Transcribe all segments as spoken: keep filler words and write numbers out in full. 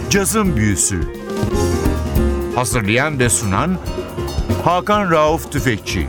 Cazın Büyüsü. Hazırlayan ve sunan Hakan Rauf Tüfekçi.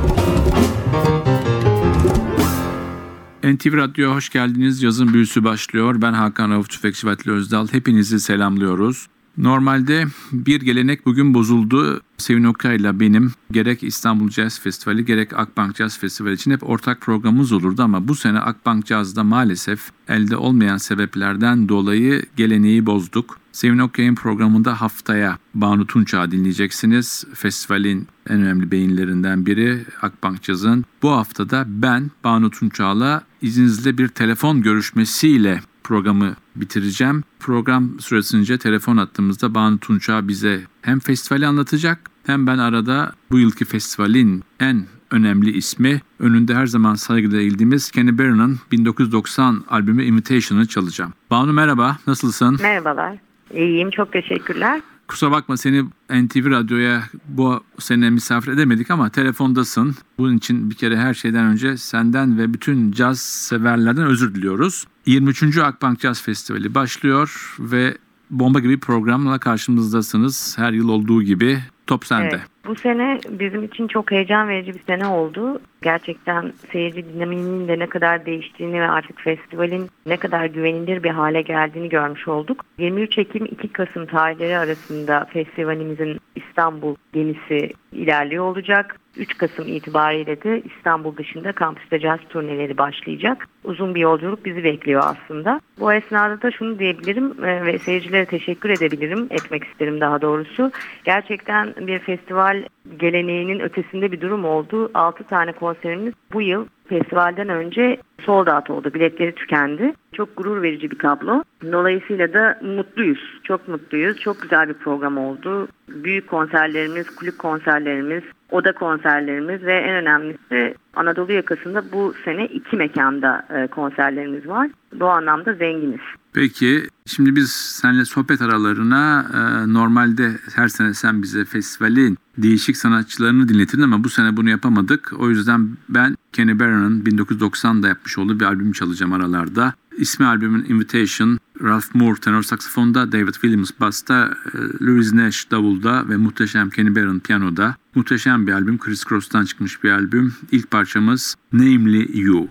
N T V Radyo'ya hoş geldiniz. Cazın Büyüsü başlıyor. Ben Hakan Rauf Tüfekçi ve Atli Özdal. Hepinizi selamlıyoruz. Normalde bir gelenek bugün bozuldu. Sevin Okay ile benim gerek İstanbul Jazz Festivali gerek Akbank Jazz Festivali için hep ortak programımız olurdu ama bu sene Akbank Jazz'da maalesef elde olmayan sebeplerden dolayı geleneği bozduk. Sevin Okay'ın programında haftaya Banu Tunçak'ı dinleyeceksiniz. Festivalin en önemli beyinlerinden biri Akbank Jazz'ın. Bu haftada ben Banu Tunçak'la izninizle bir telefon görüşmesiyle programı bitireceğim. Program süresince telefon attığımızda Banu Tunçak bize hem festivali anlatacak hem ben arada bu yılki festivalin en önemli ismi, önünde her zaman saygıyla eğildiğimiz Kenny Barron'ın bin dokuz yüz doksan albümü Invitation'ı çalacağım. Banu merhaba, nasılsın? Merhabalar, iyiyim, çok teşekkürler. Kusura bakma seni N T V Radyo'ya bu sene misafir edemedik ama telefondasın. Bunun için bir kere her şeyden önce senden ve bütün caz severlerden özür diliyoruz. yirmi üçüncü Akbank Jazz Festivali başlıyor ve bomba gibi bir programla karşımızdasınız. Her yıl olduğu gibi. Top sende. Evet, bu sene bizim için çok heyecan verici bir sene oldu. Gerçekten seyirci dinamiğinin de ne kadar değiştiğini ve artık festivalin ne kadar güvenilir bir hale geldiğini görmüş olduk. yirmi üç Ekim iki Kasım tarihleri arasında festivalimizin İstanbul gemisi ilerliyor olacak. üç Kasım itibariyle de İstanbul dışında kampüste caz turneleri başlayacak. Uzun bir yolculuk bizi bekliyor aslında. Bu esnada da şunu diyebilirim ve seyircilere teşekkür edebilirim, etmek isterim daha doğrusu. Gerçekten bir festival geleneğinin ötesinde bir durum oldu. altı tane konserimiz bu yıl festivalden önce sold out oldu. Biletleri tükendi. Çok gurur verici bir tablo. Dolayısıyla da mutluyuz. Çok mutluyuz. Çok güzel bir program oldu. Büyük konserlerimiz, kulüp konserlerimiz, oda konserlerimiz ve en önemlisi Anadolu yakasında bu sene iki mekanda konserlerimiz var. Bu anlamda zenginiz. Peki şimdi biz seninle sohbet aralarına e, normalde her sene sen bize festivalin değişik sanatçılarını dinletirdin ama bu sene bunu yapamadık. O yüzden ben Kenny Barron'ın bin dokuz yüz doksan'da yapmış olduğu bir albüm çalacağım aralarda. İsmi albümün Invitation, Ralph Moore tenor saksafonda, David Williams basta, Louis Nash davulda ve muhteşem Kenny Barron piyanoda. Muhteşem bir albüm, Criss Cross'tan çıkmış bir albüm. İlk parçamız Namely You.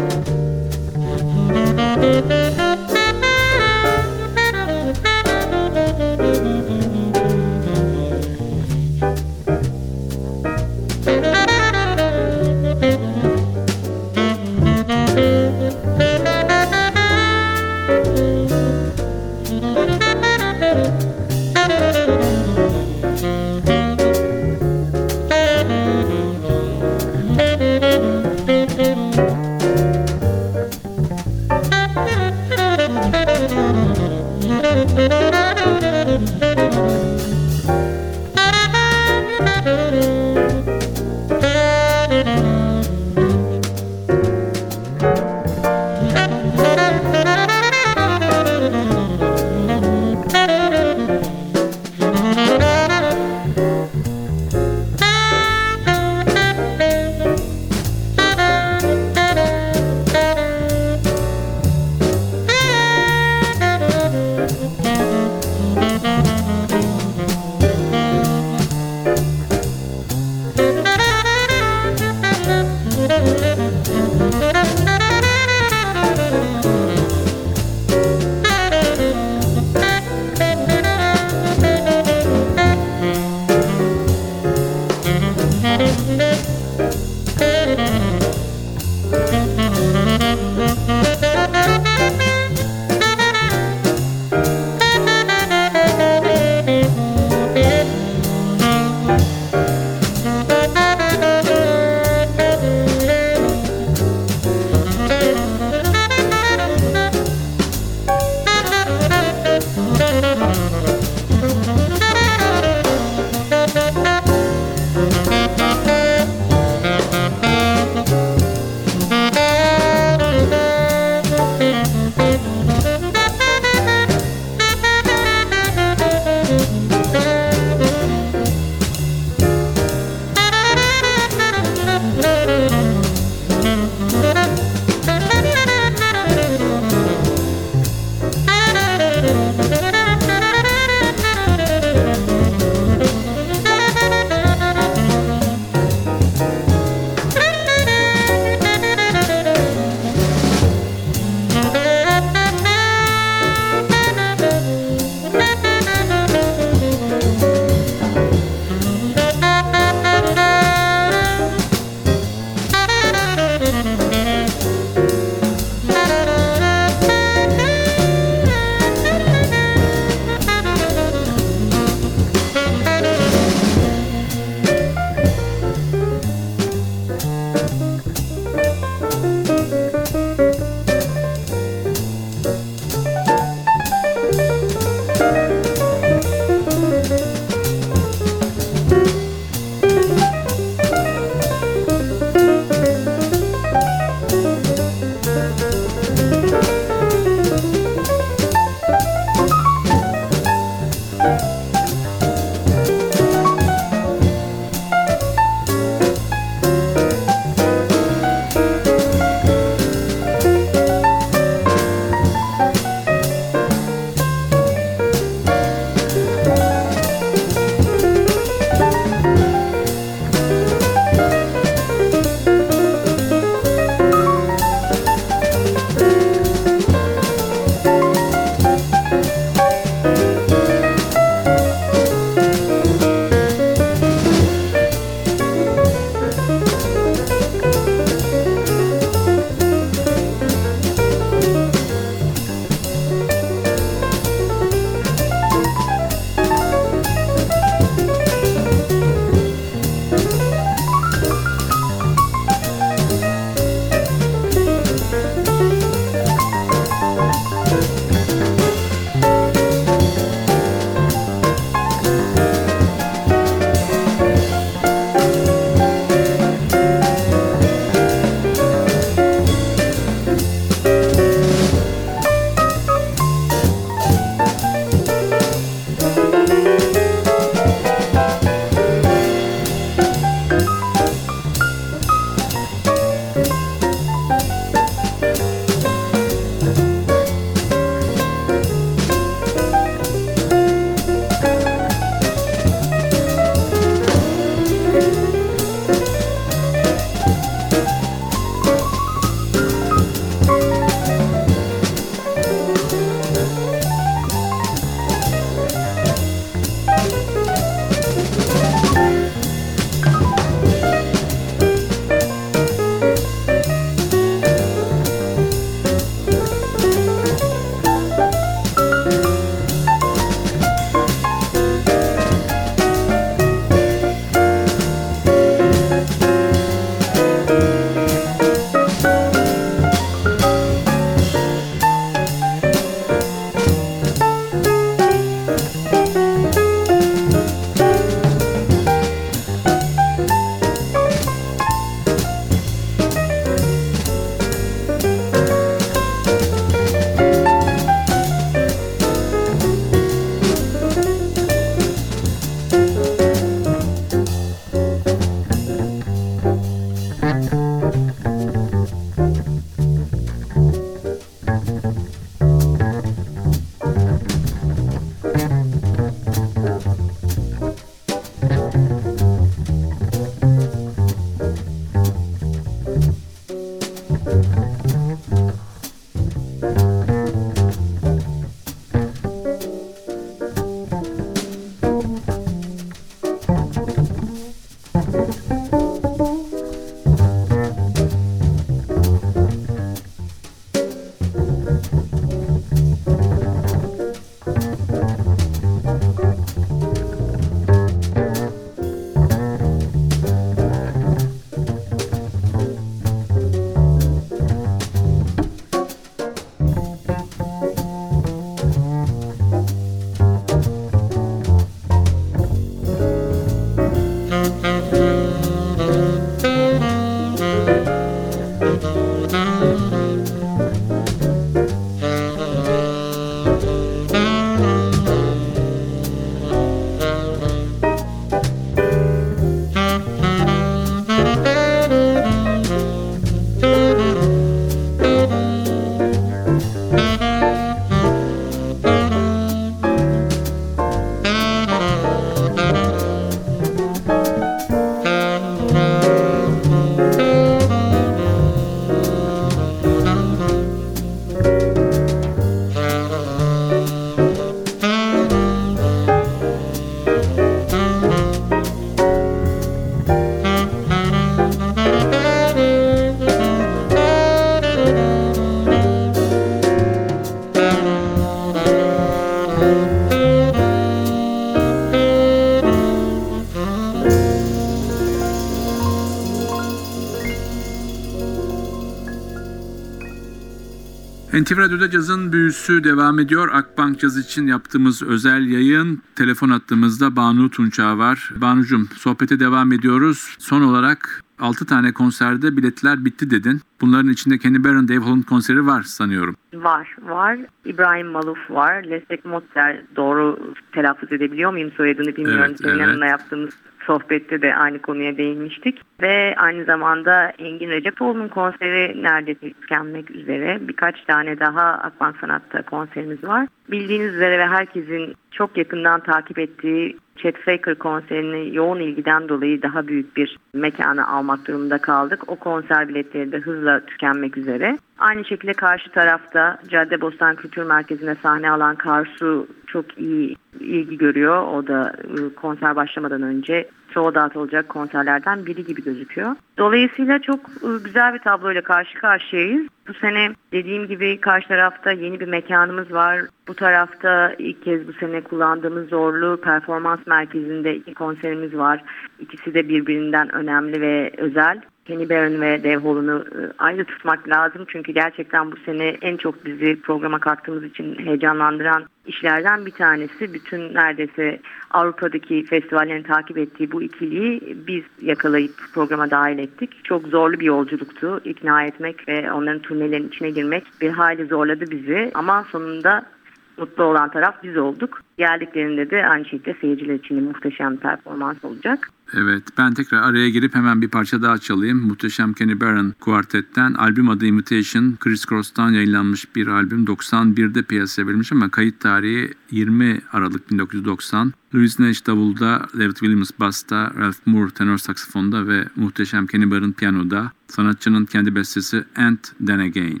N T V Radyo'da cazın büyüsü devam ediyor. Akbank Caz için yaptığımız özel yayın. Telefon attığımızda Banu Tunça var. Banucuğum, sohbete devam ediyoruz. Son olarak altı tane konserde biletler bitti dedin. Bunların içinde Kenny Barron, Dave Holland konseri var sanıyorum. Var, var. İbrahim Maluf var. Leszek Motzer, doğru telaffuz edebiliyor muyum soyadını bilmiyorum. Evet, Senin evet. yanına yaptığımız sohbette de aynı konuya değinmiştik. Ve aynı zamanda Engin Recepoğlu'nun konseri neredeyse tükenmek üzere. Birkaç tane daha Akbank Sanat'ta konserimiz var. Bildiğiniz üzere ve herkesin çok yakından takip ettiği Chet Faker konserini yoğun ilgiden dolayı daha büyük bir mekana almak durumunda kaldık. O konser biletleri de hızla tükenmek üzere. Aynı şekilde karşı tarafta Caddebostan Kültür Merkezi'nde sahne alan Karsu çok iyi ilgi görüyor. O da konser başlamadan önce sold out olacak konserlerden biri gibi gözüküyor. Dolayısıyla çok güzel bir tabloyla karşı karşıyayız. Bu sene dediğim gibi karşı tarafta yeni bir mekanımız var. Bu tarafta ilk kez bu sene kullandığımız Zorlu Performans Merkezi'nde iki konserimiz var. İkisi de birbirinden önemli ve özel. Kenny Barron ve Dave Holland'ı ayrı tutmak lazım. Çünkü gerçekten bu sene en çok bizi programa kattığımız için heyecanlandıran işlerden bir tanesi. Bütün neredeyse Avrupa'daki festivallerin takip ettiği bu ikiliyi biz yakalayıp programa dahil ettik. Çok zorlu bir yolculuktu. İkna etmek ve onların turnelerin içine girmek bir hayli zorladı bizi. Ama sonunda mutlu olan taraf biz olduk. Geldiklerinde de aynı şekilde seyirciler için de muhteşem bir performans olacak. Evet, ben tekrar araya girip hemen bir parça daha çalayım. Muhteşem Kenny Barron Kuartet'ten. Albüm adı Invitation. Criss Cross'tan yayınlanmış bir albüm. doksan birde piyasaya verilmiş ama kayıt tarihi yirmi Aralık bin dokuz yüz doksan. Louis Nash davulda, David Williams basta, Ralph Moore tenor saksafonda ve muhteşem Kenny Barron piyanoda. Sanatçının kendi bestesi And Then Again.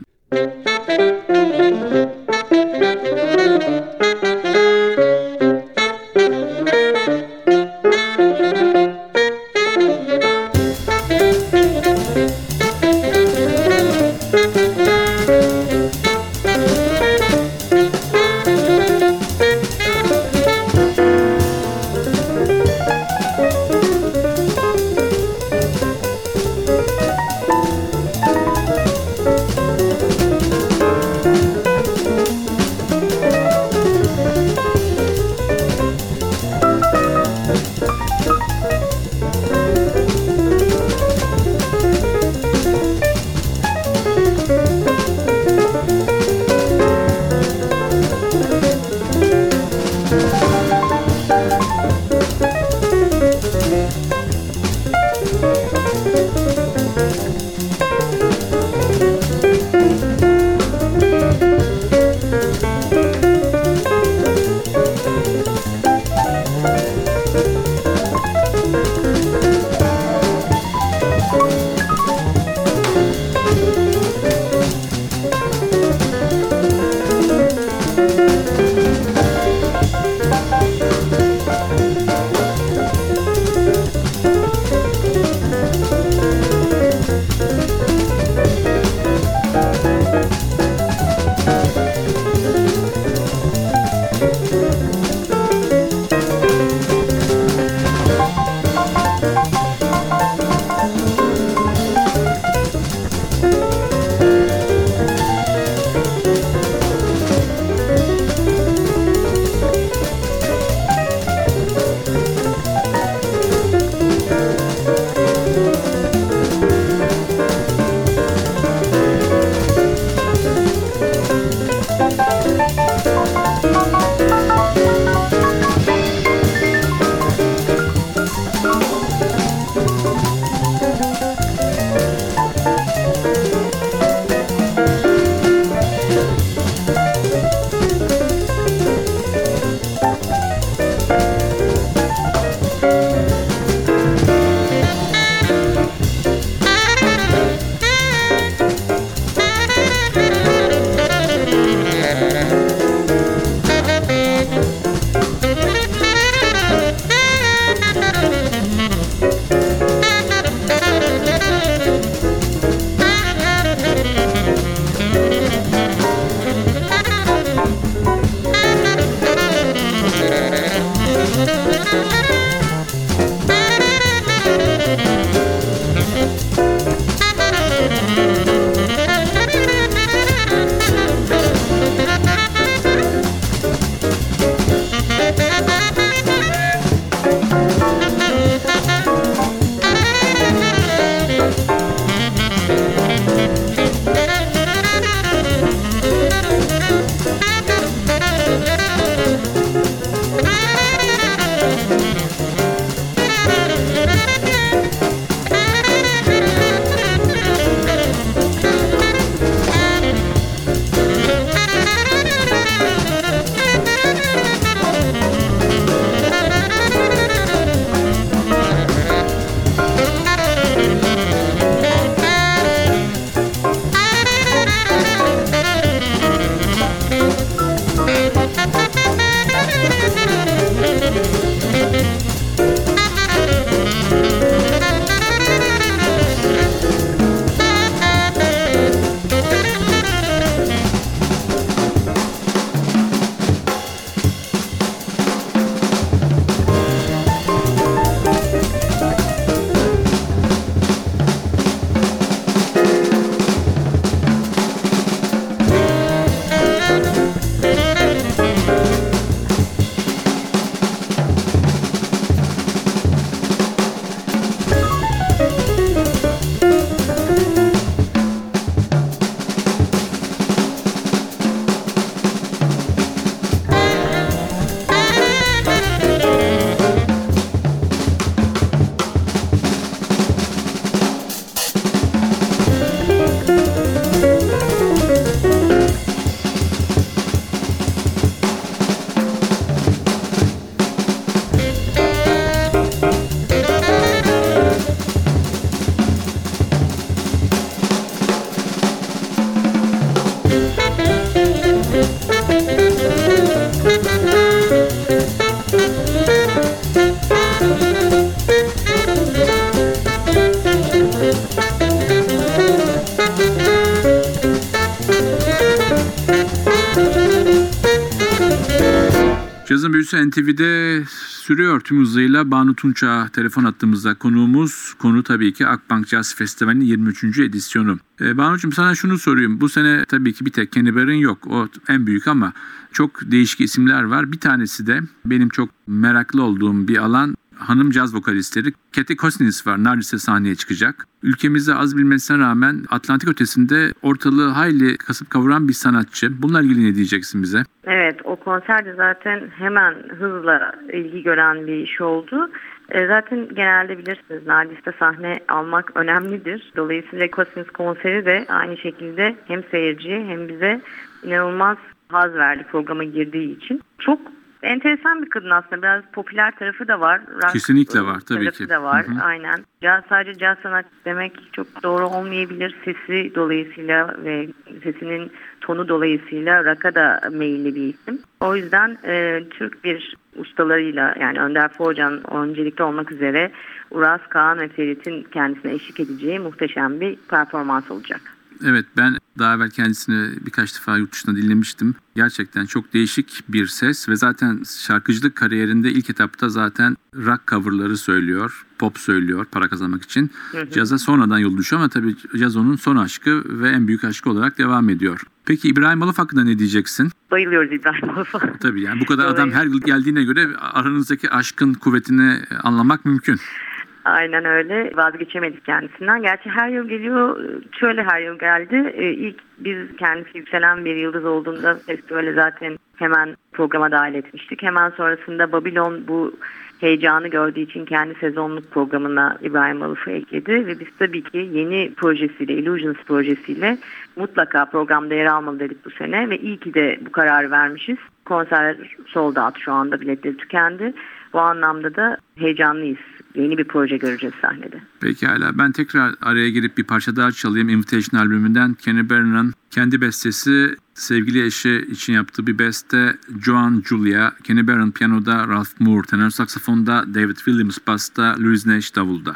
Cazın Büyüsü N T V'de sürüyor tüm hızıyla. Banu Tunça telefon attığımızda konuğumuz. Konu tabii ki Akbank Jazz Festivali'nin yirmi üçüncü edisyonu. Ee, Banu'cum sana şunu sorayım. Bu sene tabii ki bir tek Kenny Barron yok. O en büyük ama çok değişik isimler var. Bir tanesi de benim çok meraklı olduğum bir alan. Hanım caz vokalistleri Kathy Kosnis var. Neredeyse sahneye çıkacak. Ülkemizde az bilmesine rağmen Atlantik ötesinde ortalığı hayli kasıp kavuran bir sanatçı. Bununla ilgili ne diyeceksin bize? Evet, o konserde zaten hemen hızla ilgi gören bir iş oldu. E, zaten genelde bilirsiniz Nardis'te sahne almak önemlidir. Dolayısıyla Kosnis konseri de aynı şekilde hem seyirciye hem bize inanılmaz haz verdi programa girdiği için. Çok enteresan bir kadın aslında. Biraz popüler tarafı da var. Rock Kesinlikle var tabii tarafı ki. da var. Hı hı. Aynen. Caz, sadece caz sanatçı demek çok doğru olmayabilir. Sesi dolayısıyla ve sesinin tonu dolayısıyla rock'a da meyilli bir isim. O yüzden e, Türk bir ustalarıyla, yani Önder Forcan öncelikli olmak üzere Uras, Kaan ve Ferit'in kendisine eşlik edeceği muhteşem bir performans olacak. Evet, ben daha evvel kendisini birkaç defa yurt dışında dinlemiştim. Gerçekten çok değişik bir ses ve zaten şarkıcılık kariyerinde ilk etapta zaten rock coverları söylüyor, pop söylüyor para kazanmak için. Hı hı. Caza sonradan yol düşüyor ama tabii caz onun son aşkı ve en büyük aşkı olarak devam ediyor. Peki İbrahim Maluf hakkında ne diyeceksin? Bayılıyoruz İbrahim Maluf'a. Tabii yani bu kadar adam her yıl geldiğine göre aranızdaki aşkın kuvvetini anlamak mümkün. Aynen öyle. Vazgeçemedik kendisinden. Gerçi her yıl geliyor. Şöyle her yıl geldi. Ee, ilk biz kendisi yükselen bir yıldız olduğunda festivale zaten hemen programa dahil etmiştik. Hemen sonrasında Babylon bu heyecanı gördüğü için kendi sezonluk programına İbrahim Maluf'u ekledi. Ve biz tabii ki yeni projesiyle, Illusions projesiyle mutlaka programda yer almalı dedik bu sene. Ve iyi ki de bu kararı vermişiz. Konser sold out, şu anda biletleri tükendi. Bu anlamda da heyecanlıyız. Yeni bir proje göreceğiz sahnede. Pekala. Ben tekrar araya girip bir parça daha çalayım. Invitation albümünden Kenny Barron'ın kendi bestesi, sevgili eşi için yaptığı bir beste Joan Julia. Kenny Barron piyanoda, Ralph Moore tenor saksafonda, David Williams basta, Louis Nash davulda.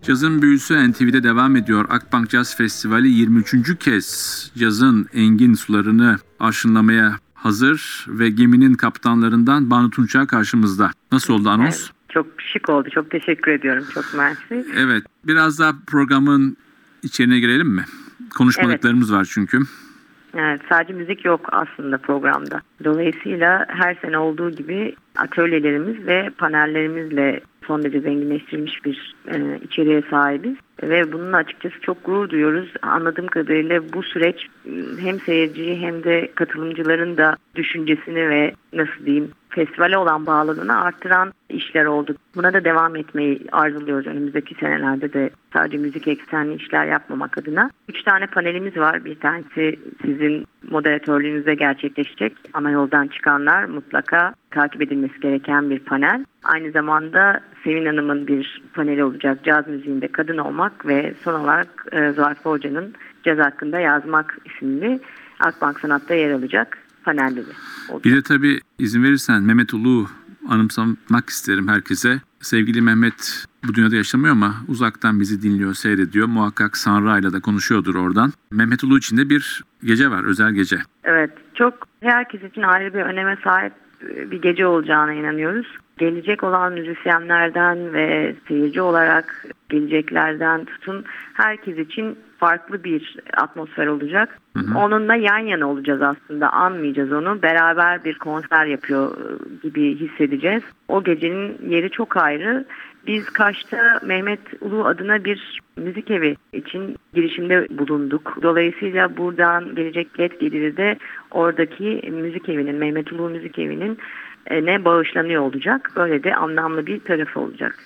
Cazın Büyüsü N T V'de devam ediyor. Akbank Caz Festivali yirmi üçüncü kez cazın engin sularını arşınlamaya hazır ve geminin kaptanlarından Banu Tunça karşımızda. Nasıl oldu anons? Evet, çok şık oldu. Çok teşekkür ediyorum. Çok mersi. Evet. Biraz daha programın içeriğine girelim mi? Konuşmadıklarımız evet. var çünkü. Evet, sadece müzik yok aslında programda. Dolayısıyla her sene olduğu gibi atölyelerimiz ve panellerimizle son derece zenginleştirilmiş bir e, içeriğe sahibiz. Ve bununla açıkçası çok gurur duyuyoruz. Anladığım kadarıyla bu süreç hem seyirciyi hem de katılımcıların da düşüncesini ve nasıl diyeyim festivale olan bağlılığını arttıran işler oldu. Buna da devam etmeyi arzuluyoruz önümüzdeki senelerde de sadece müzik eksenli işler yapmamak adına. Üç tane panelimiz var. Bir tanesi sizin moderatörlüğünüzde gerçekleşecek. Ana yoldan çıkanlar mutlaka takip edilmesi gereken bir panel. Aynı zamanda Sevin Hanım'ın bir paneli olacak. Caz müziğinde kadın olmak ve son olarak e, Zuhal Hoca'nın Caz hakkında yazmak isimli Akbank Sanat'ta yer alacak panelleri olacak. Bir de tabii izin verirsen Mehmet Uluğ'u anımsamak isterim herkese. Sevgili Mehmet bu dünyada yaşamıyor ama uzaktan bizi dinliyor, seyrediyor. Muhakkak Sanra'yla da konuşuyordur oradan. Mehmet Uluğ için de bir gece var, özel gece. Evet, çok herkes için ayrı bir öneme sahip bir gece olacağına inanıyoruz. Gelecek olan müzisyenlerden ve seyirci olarak geleceklerden tutun herkes için farklı bir atmosfer olacak. Hı hı. Onunla yan yana olacağız aslında. Anmayacağız onu. Beraber bir konser yapıyor gibi hissedeceğiz. O gecenin yeri çok ayrı. Biz Kaş'ta Mehmet Uluğ adına bir müzik evi için girişimde bulunduk. Dolayısıyla buradan gelecek bilet geliri de oradaki müzik evinin, Mehmet Uluğ Müzik Evi'nin ne bağışlanıyor olacak. Böyle de anlamlı bir tarafı olacak.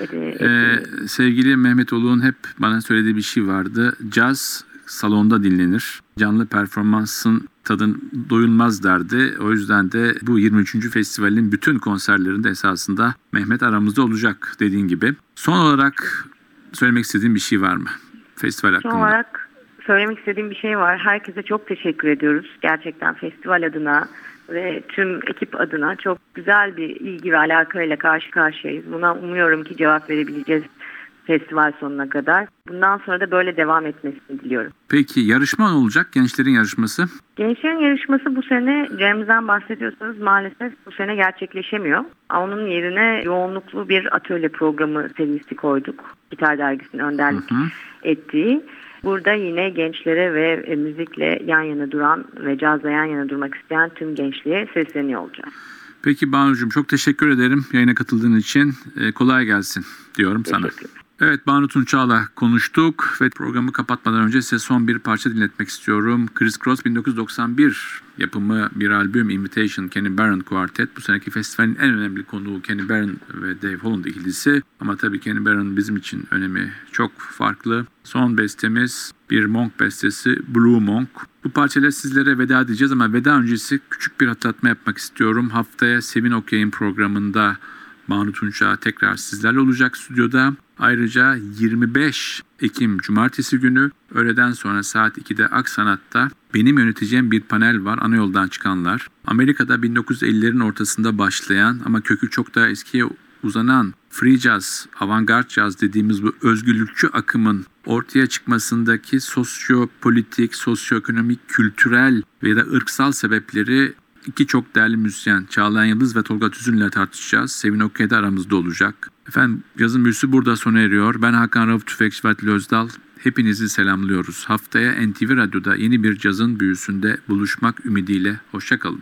Ee, sevgili Mehmet Uluğ'un hep bana söylediği bir şey vardı. Caz salonda dinlenir. Canlı performansın tadın doyulmaz derdi. O yüzden de bu yirmi üçüncü festivalin bütün konserlerinde esasında Mehmet aramızda olacak dediğin gibi. Son olarak söylemek istediğin bir şey var mı festival hakkında? Son olarak söylemek istediğim bir şey var. Herkese çok teşekkür ediyoruz. Gerçekten festival adına ve tüm ekip adına çok güzel bir ilgi ve alakayla karşı karşıyayız. Buna umuyorum ki cevap verebileceğiz festival sonuna kadar. Bundan sonra da böyle devam etmesini diliyorum. Peki yarışma ne olacak? Gençlerin yarışması? Gençlerin yarışması bu sene, Cem'den bahsediyorsanız maalesef bu sene gerçekleşemiyor. Onun yerine yoğunluklu bir atölye programı serisi koyduk. Gitar Dergisi'nin önderlik hı hı. ettiği. Burada yine gençlere ve müzikle yan yana duran ve cazla yan yana durmak isteyen tüm gençliğe sesleniyor olacağız. Peki Banu'cum çok teşekkür ederim yayına katıldığın için. Ee, kolay gelsin diyorum sana. Evet, Banu Tunça'la konuştuk ve programı kapatmadan önce size son bir parça dinletmek istiyorum. Chris Cross bin dokuz yüz doksan bir yapımı bir albüm Invitation Kenny Barron Quartet. Bu seneki festivalin en önemli konuğu Kenny Barron ve Dave Holland ikilisi. Ama tabii Kenny Barron bizim için önemi çok farklı. Son bestemiz bir Monk bestesi Blue Monk. Bu parçayla sizlere veda edeceğiz ama veda öncesi küçük bir hatırlatma yapmak istiyorum. Haftaya Sevin Okey'in programında Banu Tunça tekrar sizlerle olacak stüdyoda. Ayrıca yirmi beş Ekim Cumartesi günü öğleden sonra saat ikide Aksanat'ta benim yöneteceğim bir panel var. Ana yoldan çıkanlar. Amerika'da bin dokuz yüz ellilerin ortasında başlayan ama kökü çok daha eskiye uzanan free jazz, avantgard jazz dediğimiz bu özgürlükçü akımın ortaya çıkmasındaki sosyopolitik, sosyoekonomik, kültürel ve de ırksal sebepleri İki çok değerli müzisyen Çağlayan Yıldız ve Tolga Tüzün'le tartışacağız. Sevin Okya'da aramızda olacak. Efendim yazın büyüsü burada sona eriyor. Ben Hakan Rauf Tüfekçi Vatili Özdal. Hepinizi selamlıyoruz. Haftaya N T V Radyo'da yeni bir cazın büyüsünde buluşmak ümidiyle. Hoşça kalın.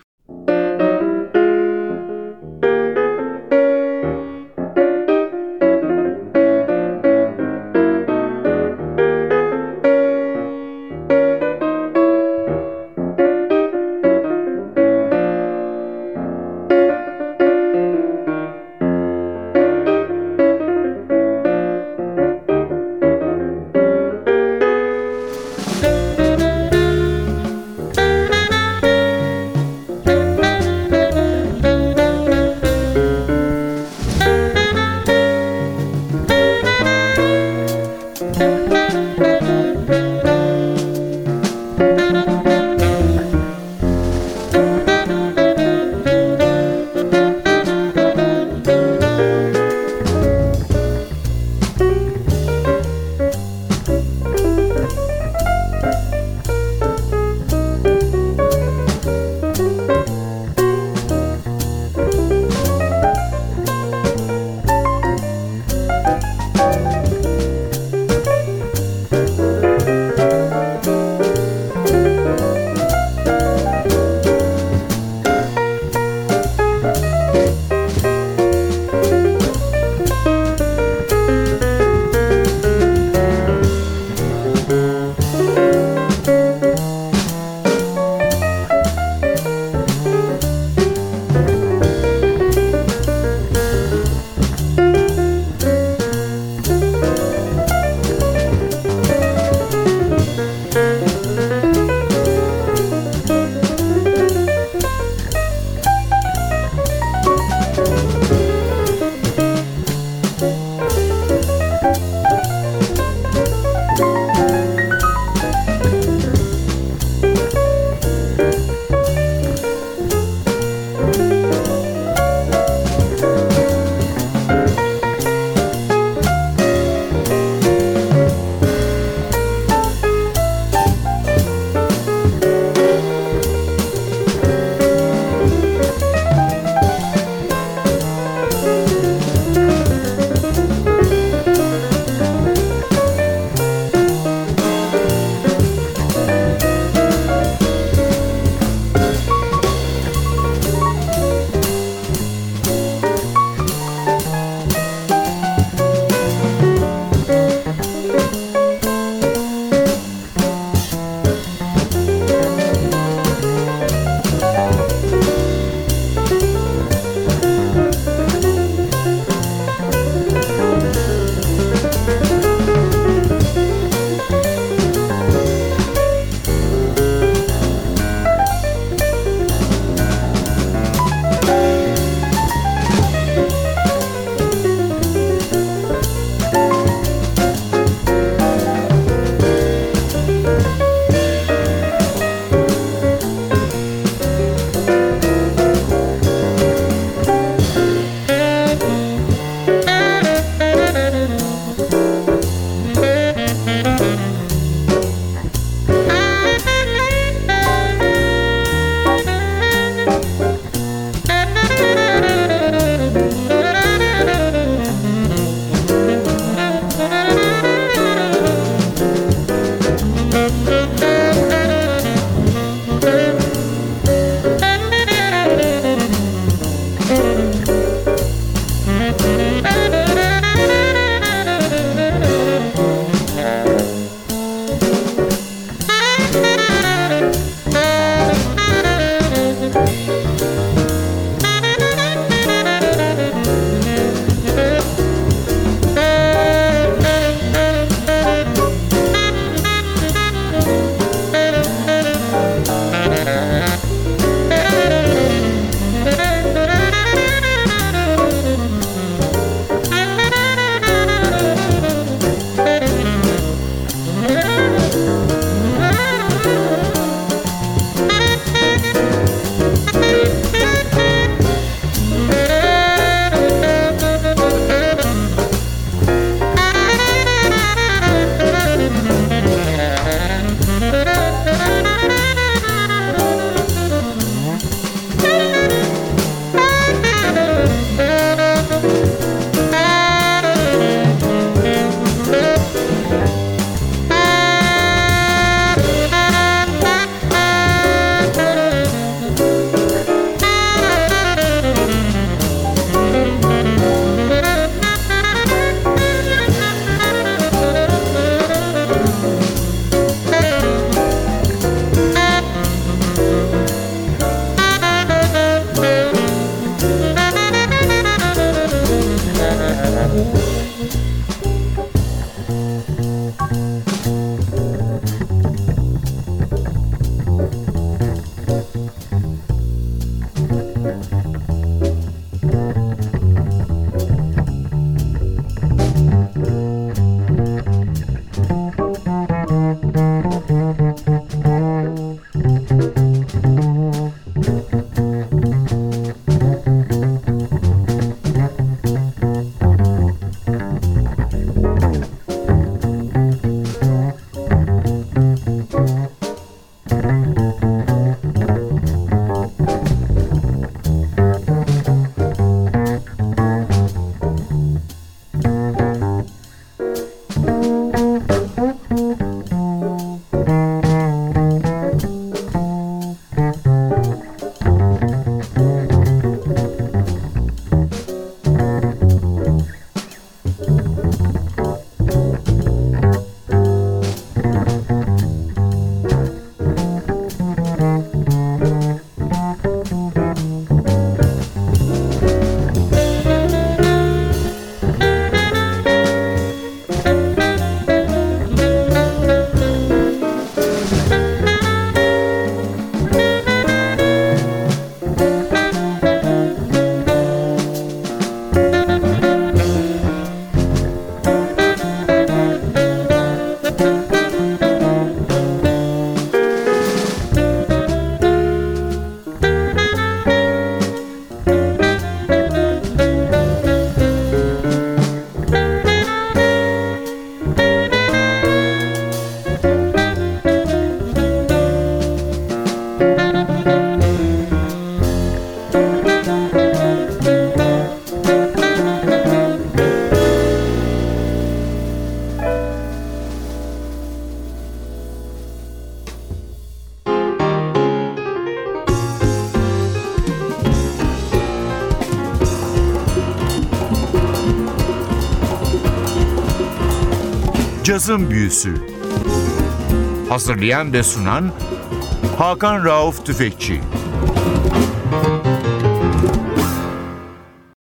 Cazın Büyüsü. Hazırlayan ve sunan Hakan Rauf Tüfekçi.